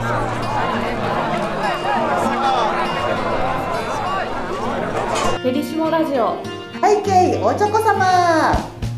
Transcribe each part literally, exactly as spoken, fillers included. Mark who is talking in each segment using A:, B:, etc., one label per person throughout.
A: フェリシモラジオ
B: 背景おちょこ様。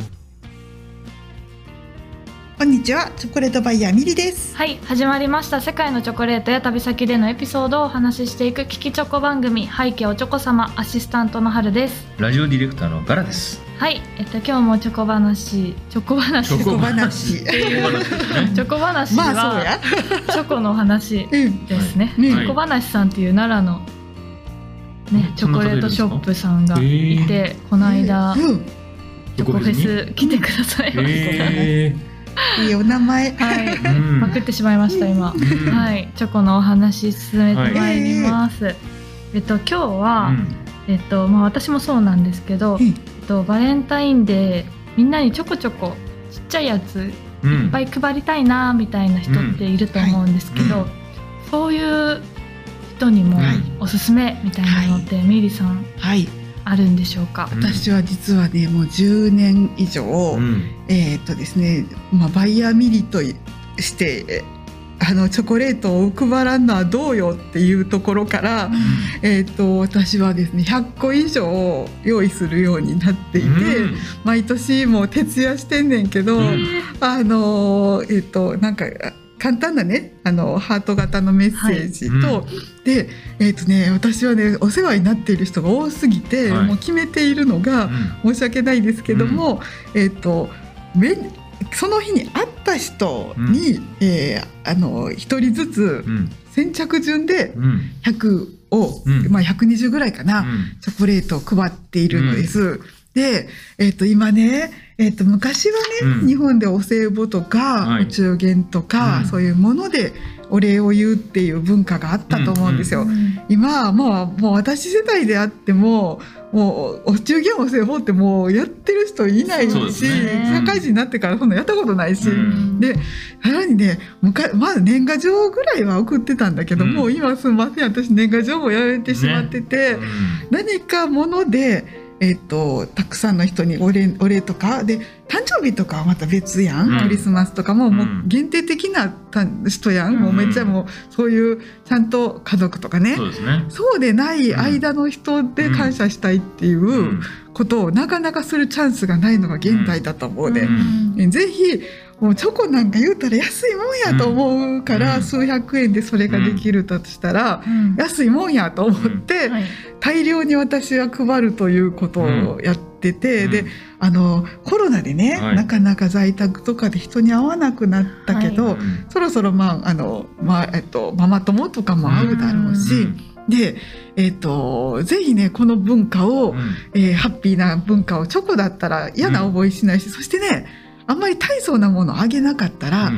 B: こんにちは、チョコレートバイヤーミリです。
A: はい、始まりました。世界のチョコレートや旅先でのエピソードをお話ししていく聞きチョコ番組、背景おちょこ様。アシスタントの春です。
C: ラジオディレクターのガラです。
A: はい、えっと今日もチョコ話チョコ話
B: チョコ話
A: チョコ話は、
B: まあそうや
A: チョコの話ですね、
B: うんはい、
A: チョコ話さんっていう奈良のね、チョコレートショップさんがいて、この間、うん、チョコフェス来てくださいましたね。
B: いいお名前、
A: はい、うん、まくってしまいました今、うん、はい、チョコのお話進めてまいります、はい、えっと今日は、うん、えっとまあ私もそうなんですけど、うん、えっとバレンタインデーみんなにちょこちょこちっちゃいやつ、うん、いっぱい配りたいなみたいな人っていると思うんですけど、うんはい、そういう人にもおすすめみたいなのって、はい、ミリさん、はい、あるんでしょうか。
B: 私は実はねもうじゅうねん以上、うん、えーっとですね、まあ、バイヤーミリとしてあのチョコレートを配らんのはどうよっていうところから、うん、えーっと私はですねひゃっこ以上用意するようになっていて、うん、毎年もう徹夜してんねんけど、うん、あのえーっとなんか簡単なねあのハート型のメッセージと、はい、で、えーとね、私はねお世話になっている人が多すぎて、はい、もう決めているのが、うん、申し訳ないですけども、うん、えーとめその日に会った人に、うんえー、あのひとりずつ先着順でひゃくを、うんまあ、ひゃくにじゅうぐらいかな、うん、チョコレートを配っているのです、うん、で、えーと今ねえー、と昔はね、うん、日本でお歳暮とか、はい、お中元とか、うん、そういうものでお礼を言うっていう文化があったと思うんですよ、うんうん、今はもう、もう私世代であってももうお中元お歳暮ってもうやってる人いないし、ね、社会人になってからそんなやったことないし、うん、でさらにね昔まず年賀状ぐらいは送ってたんだけど、うん、もう今すみません私年賀状もやめてしまってて、ねうん、何かものでえー、とたくさんの人にお礼、お礼とかで誕生日とかはまた別やん、うん、クリスマスとかも、もう限定的な人やん、うん、もうめっちゃもうそういうちゃんと家族とかね、 そうですね、そうでない間の人で感謝したいっていうことをなかなかするチャンスがないのが現代だと思うね、うん、ぜひもうチョコなんか言うたら安いもんやと思うから、うん、数百円でそれができるとしたら、うん、安いもんやと思って、うんはい、大量に私は配るということをやってて、うん、であのコロナでね、はい、なかなか在宅とかで人に会わなくなったけど、はい、そろそろ、まああのまあえっと、ママ友とかも会うだろうし、うんでえー、とぜひねこの文化を、うんえー、ハッピーな文化をチョコだったら嫌な覚えしないし、うん、そしてねあんまり大層なものをあげなかったら、うん、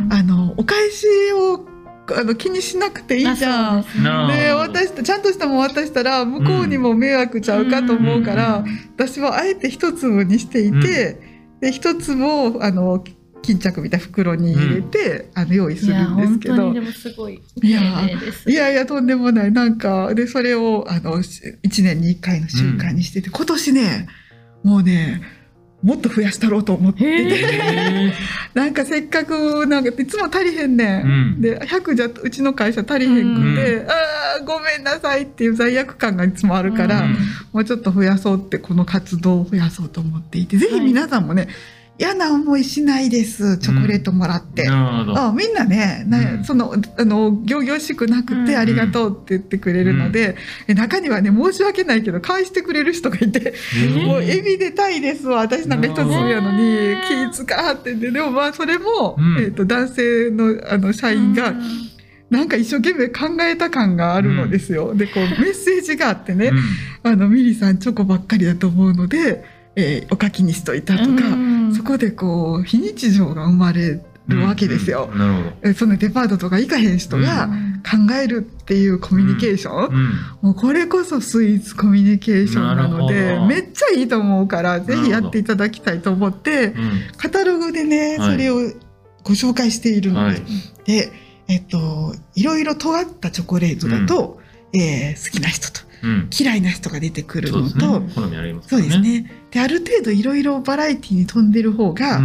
B: あのお返しをあの気にしなくていいじゃん。で渡したちゃんとしたもの渡したら向こうにも迷惑ちゃうかと思うから、うん、私はあえて一粒にしていて、うん、で一粒をあの巾着みたいな袋に入れて、うん、あの用意するんですけど、いや本当にでもすごい丁寧です。いやいやとんでもないなんかでそれをあのいちねんにいっかいの習慣にしてて、うん、今年ねもうねもっと増やしたろうと思っててなんかせっかくなんかいつも足りへんねん、うん、でひゃくじゃうちの会社足りへんくて、うん、あーごめんなさいっていう罪悪感がいつもあるから、うん、もうちょっと増やそうってこの活動を増やそうと思っていて、ぜひ皆さんもね、はい嫌な思いしないですチョコレートもらって、うん、あみんなね、うん、そのあの仰々しくなくてありがとうって言ってくれるので、うん、中にはね申し訳ないけど返してくれる人がいて、うん、もうエビ出たいですわ私なんか一つ上やのに気使ってて、でもまあそれも、うんえー、と男性 の, あの社員が、うんなんか一生懸命考えた感があるのですよ、うん、でこうメッセージがあってね、うん、あのミリさんチョコばっかりだと思うので、えー、お書きにしといたとか、うん、そこでこう非日常が生まれるわけですよ、うんうん、なるほど。そのデパートとか行かへん人が考えるっていうコミュニケーション、うんうん、もうこれこそスイーツコミュニケーションなのでめっちゃいいと思うからぜひやっていただきたいと思って、うん、カタログでねそれをご紹介しているので、はい、でえっと、いろいろ尖ったチョコレートだと、うんえー、好きな人と、うん、嫌いな人が出てくるのと、
C: そうですね、好みありますからね。
B: そうですね。である程度いろいろバラエティに富んでる方が、うん、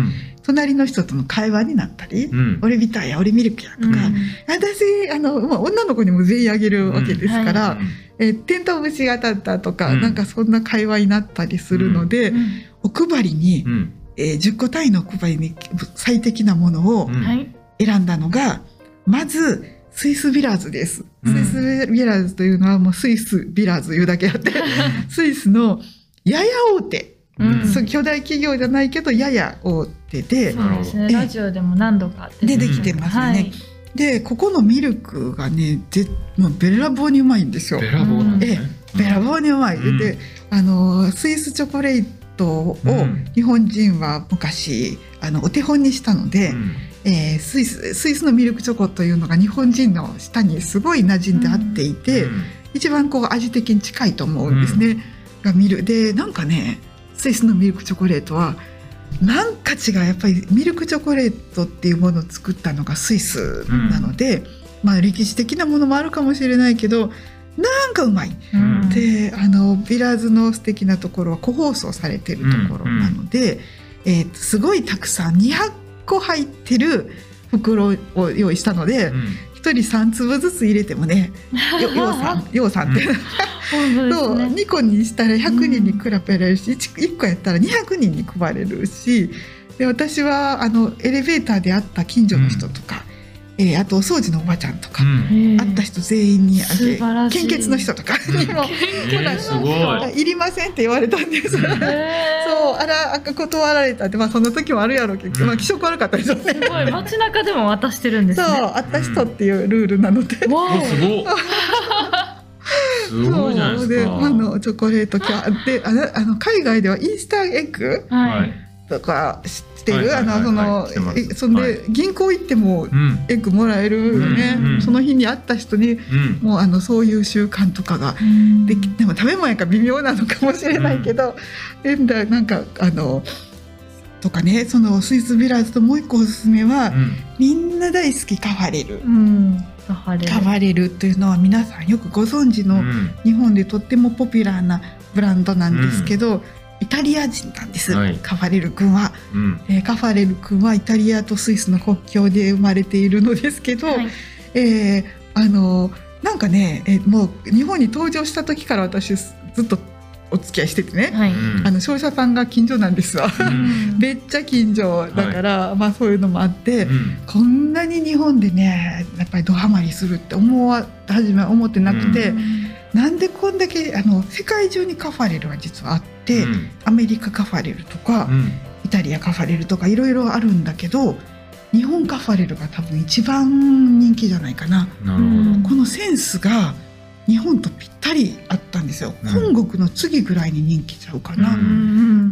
B: 隣の人との会話になったり、うん、俺ビターや俺ミルクやとか、うん、私あの、まあ、女の子にも全員あげるわけですから、うんはいえー、テントウムシが当たったとか、うん、なんかそんな会話になったりするので、うん、お配りに、うんえー、じゅっこ単位のお配りに最適なものを選んだのが、うん、まずスイスビラーズです、うん、スイスビラーズというのはもうスイスビラーズ言うだけあってスイスのやや大手、うん、巨大企業じゃないけどやや大手で、
A: そうですね、ラジオでも何度か
B: 出てきてますよね、はい、でここのミルクがねぜもうべらぼうにうまいんですよ。
C: べらぼうなんですね、
B: えべらぼうにうまい、うん、であのスイスチョコレートを日本人は昔あのお手本にしたので、うんえー、スイス、スイスのミルクチョコというのが日本人の舌にすごい馴染んであっていて、うん、一番こう味的に近いと思うんですね、うん、がミルでなんかねスイスのミルクチョコレートはなんか違うやっぱりミルクチョコレートっていうものを作ったのがスイスなので、うんまあ、歴史的なものもあるかもしれないけどなんかうまい、うん、であのビラーズの素敵なところは個包装されてるところなので、うんえー、すごいたくさんにひゃっこ入ってる袋を用意したので、うん、ひとりさんつぶずつ入れてもねようさんようさんって、うん、そう、ね、にこにしたらひゃくにんに配れるし、うん、いっこやったらにひゃくにんに配れるしで私はあのエレベーターで会った近所の人とか、うんえー、あとお掃除のおばちゃんとか、うん、会った人全員にあげ献血の人とかにも、うん
C: えー、すごい
B: いりませんって言われたんです、うん、そうあら断られたって、まあ、その時もあるやろうけど、うんまあ、気色悪かったでしょうね。
A: すごい街中でも渡してるんですね。
B: そう会った人っていうルールなので、
C: うん、わすごいすごいじゃないですか。で
B: あのチョコレートで あのあの海外ではイースターエッグ、はい、とか知ってるそんで銀行行ってもエッグもらえるよね、うんうん、その日に会った人に、うん、もうあのそういう習慣とかができ、でも食べ物やから微妙なのかもしれないけど、うん、でなんかあのとかねそのスイスビラーズともう一個おすすめは、うん、みんな大好きカファレル、うんカファレルというのは皆さんよくご存知の、うん、日本でとってもポピュラーなブランドなんですけど、うん、イタリア人なんです、はい、カファレル君は、うんえー、カファレル君はイタリアとスイスの国境で生まれているのですけど、はいえー、あのなんかね、えー、もう日本に登場した時から私ずっとお付き合いしててね、はい、あの商社さんが近所なんですわ、うん、めっちゃ近所だから、はいまあ、そういうのもあって、うん、こんなに日本でねやっぱりドハマりするって思わ初めは思ってなくて、うん、なんでこんだけあの世界中にカファレルは実はあって、うん、アメリカカファレルとか、うん、イタリアカファレルとかいろいろあるんだけど日本カファレルが多分一番人気じゃないかな。なるほど。このセンスが日本とぴったりあったんですよ、うん、本国の次ぐらいに人気ちゃうかな、うん、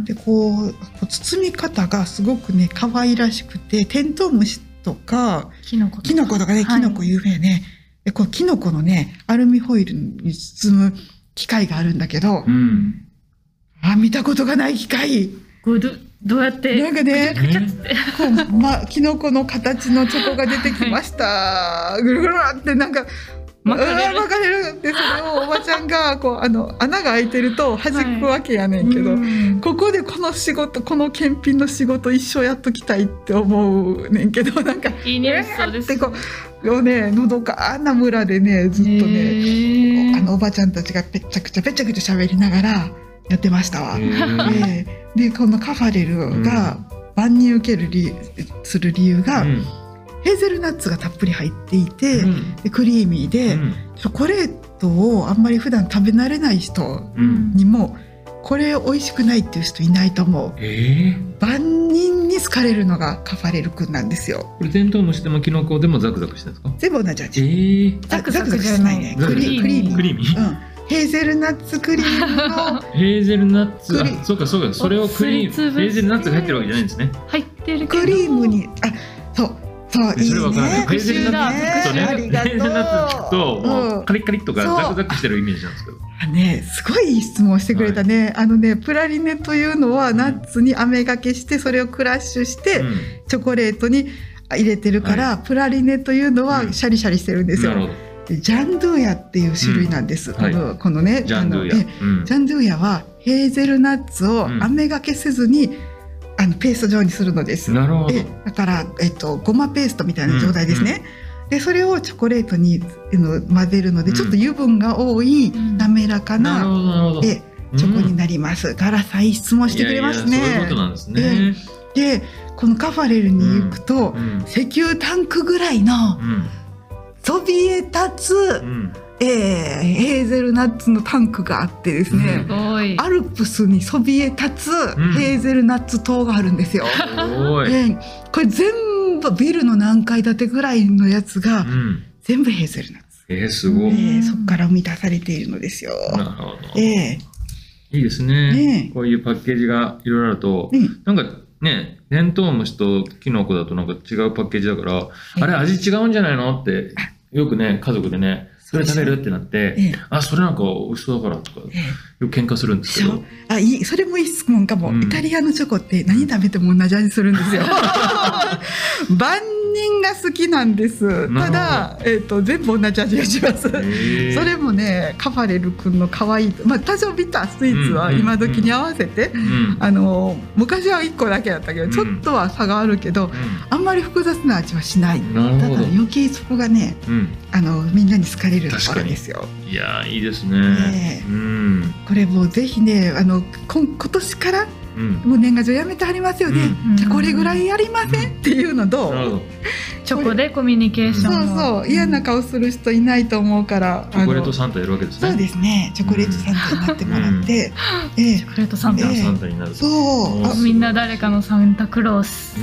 B: でこう包み方がすごくね可愛らしくてテントウムシとかキノコとか、キノコとかね、はい、キノコ有名ねでこうキノコのねアルミホイルに包む機械があるんだけど、うん、あ見たことがない機械
A: これ ど, どうやって
B: なんかねこう、ま、キノコの形のチョコが出てきました、はい、ぐるぐるってなんか巻かれる、巻かれるってそれをおばちゃんがこうあの穴が開いてると弾くわけやねんけど、はい、ここでこの仕事この検品の仕事一生やっときたいって思うねんけどなんか
A: いいねそうです
B: こうねのどかな村でねずっとねあのおばちゃんたちがぺちゃくちゃぺちゃくちゃ喋りながらやってましたわ。で, でこのカファレルが万人受ける理する理由が、うんヘーゼルナッツがたっぷり入っていて、うん、でクリーミーで、うん、チョコレートをあんまり普段食べ慣れない人にも、うん、これ美味しくないっていう人いないと思う、えー、万人に好かれるのがカファレル君なんですよ。
C: これテントウムシでもキノコでもザクザクしてるんですか？
B: 全部同じ味、え
A: ー、ザクザクじゃないね
B: クリーミー、
C: クリーミー、うん
B: ヘーゼルナッツクリームの
C: ヘーゼルナッツあそうかそうかそれをクリームヘーゼルナッツが入ってるわけじゃないんですね。
A: 入ってるけど
B: クリームにあそうそういいね。
C: それ分からない。ヘーゼルナッツ聞くとね、ヘーゼルナッツ聞くともうカリッカリッとかザクザクしてるイメージなんですけど。
B: あね、すごいいい質問してくれたね、はい、あのねプラリネというのはナッツに飴がけしてそれをクラッシュして、うん、チョコレートに入れてるから、はい、プラリネというのはシャリシャリしてるんですよ、うん、なるほど。ジャンドゥーヤっていう種類なんです、うんはい、このね
C: ジャンドゥーヤ、
B: うん、ジャンドゥーヤはヘーゼルナッツを飴がけせずに、うんあのペースト状にするのです。
C: なるほど。
B: えだから、えっと、ごまペーストみたいな状態ですね、うんうん、でそれをチョコレートに混ぜるので、うん、ちょっと油分が多い滑らかな、うん、えチョコになります、うん、ガラ再質問してくれますね。
C: いやいや、そういうことなんですね。
B: でこのカファレルに行くと、うん、石油タンクぐらいの、うん、そびえ立つ、うんえー、ヘーゼルナッツのタンクがあってですね、うん、アルプスにそびえ立つヘーゼルナッツ塔があるんですよ、うんえー、これ全部ビルの何階建てぐらいのやつが、うん、全部ヘーゼルナッツ、
C: えー、すごい、
B: えー、そこから生み出されているのですよ。
C: なるほど、えー、いいですね、ねこういうパッケージがいろいろあると、うん、なんかね、テントウムシとキノコだとなんか違うパッケージだから、えー、あれ味違うんじゃないのってよくね家族でねそれ食べるってなって、ええ、あそれなんか美味しそうだからとか、ええ、よく喧嘩するんですけど、
B: あいいそれもいい質問かも、うん、イタリアのチョコって何食べても同じ味するんですよ万人が好きなんです。ただ、えー、と全部同じ味がします、えー、それもねカファレル君の可愛い、まあ、多少ビタースイーツは今時に合わせて、うんうん、あの昔はいっこだけだったけど、うん、ちょっとは差があるけど、うん、あんまり複雑な味はしない。ただ余計そこがね、うん、あのみんなに好かれるところですよ。
C: いやいいですね、ね
B: うん、これもうぜひねあの今年からうん、もう年賀状やめてはりますよね、うん、じゃこれぐらいやりません、うん、っていうのどう、うん、
A: チョコでコミュニケーション
B: そうそう嫌な顔する人いないと思うから
C: チョコレートサンタやるわけですね。
B: そうですねチョコレートサンタになってもらって、うんえ
A: え、チョコレートサンタ、え
C: ー、サンタになる
B: そう
A: みんな誰かのサンタクロース、
B: うん、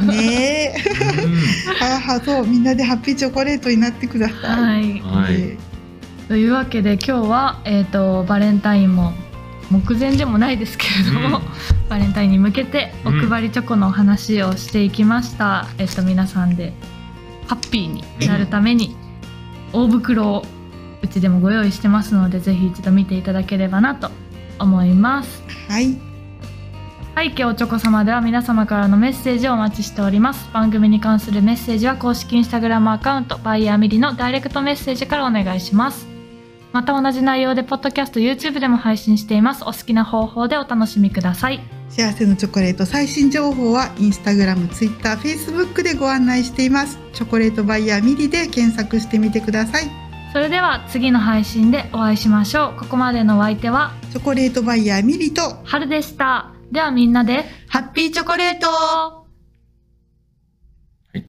B: ねあそうみんなでハッピーチョコレートになってください。
A: はい、はいえー、というわけで今日は、えーと、バレンタインも目前でもないですけれども、うん、バレンタインに向けてお配りチョコのお話をしていきました、うんえっと、皆さんでハッピーになるために大袋をうちでもご用意してますのでぜひ一度見ていただければなと思います。
B: はい
A: はいけおチョコ様では皆様からのメッセージをお待ちしております。番組に関するメッセージは公式インスタグラムアカウントバイヤーミリのダイレクトメッセージからお願いします。また同じ内容でポッドキャスト YouTube でも配信しています。お好きな方法でお楽しみください。
B: 幸せのチョコレート最新情報は Instagram、Twitter、Facebook でご案内しています。チョコレートバイヤーミリで検索してみてください。
A: それでは次の配信でお会いしましょう。ここまでのお相手は
B: チョコレートバイヤーミリと
A: 春でした。ではみんなで
B: ハッピーチョコレート。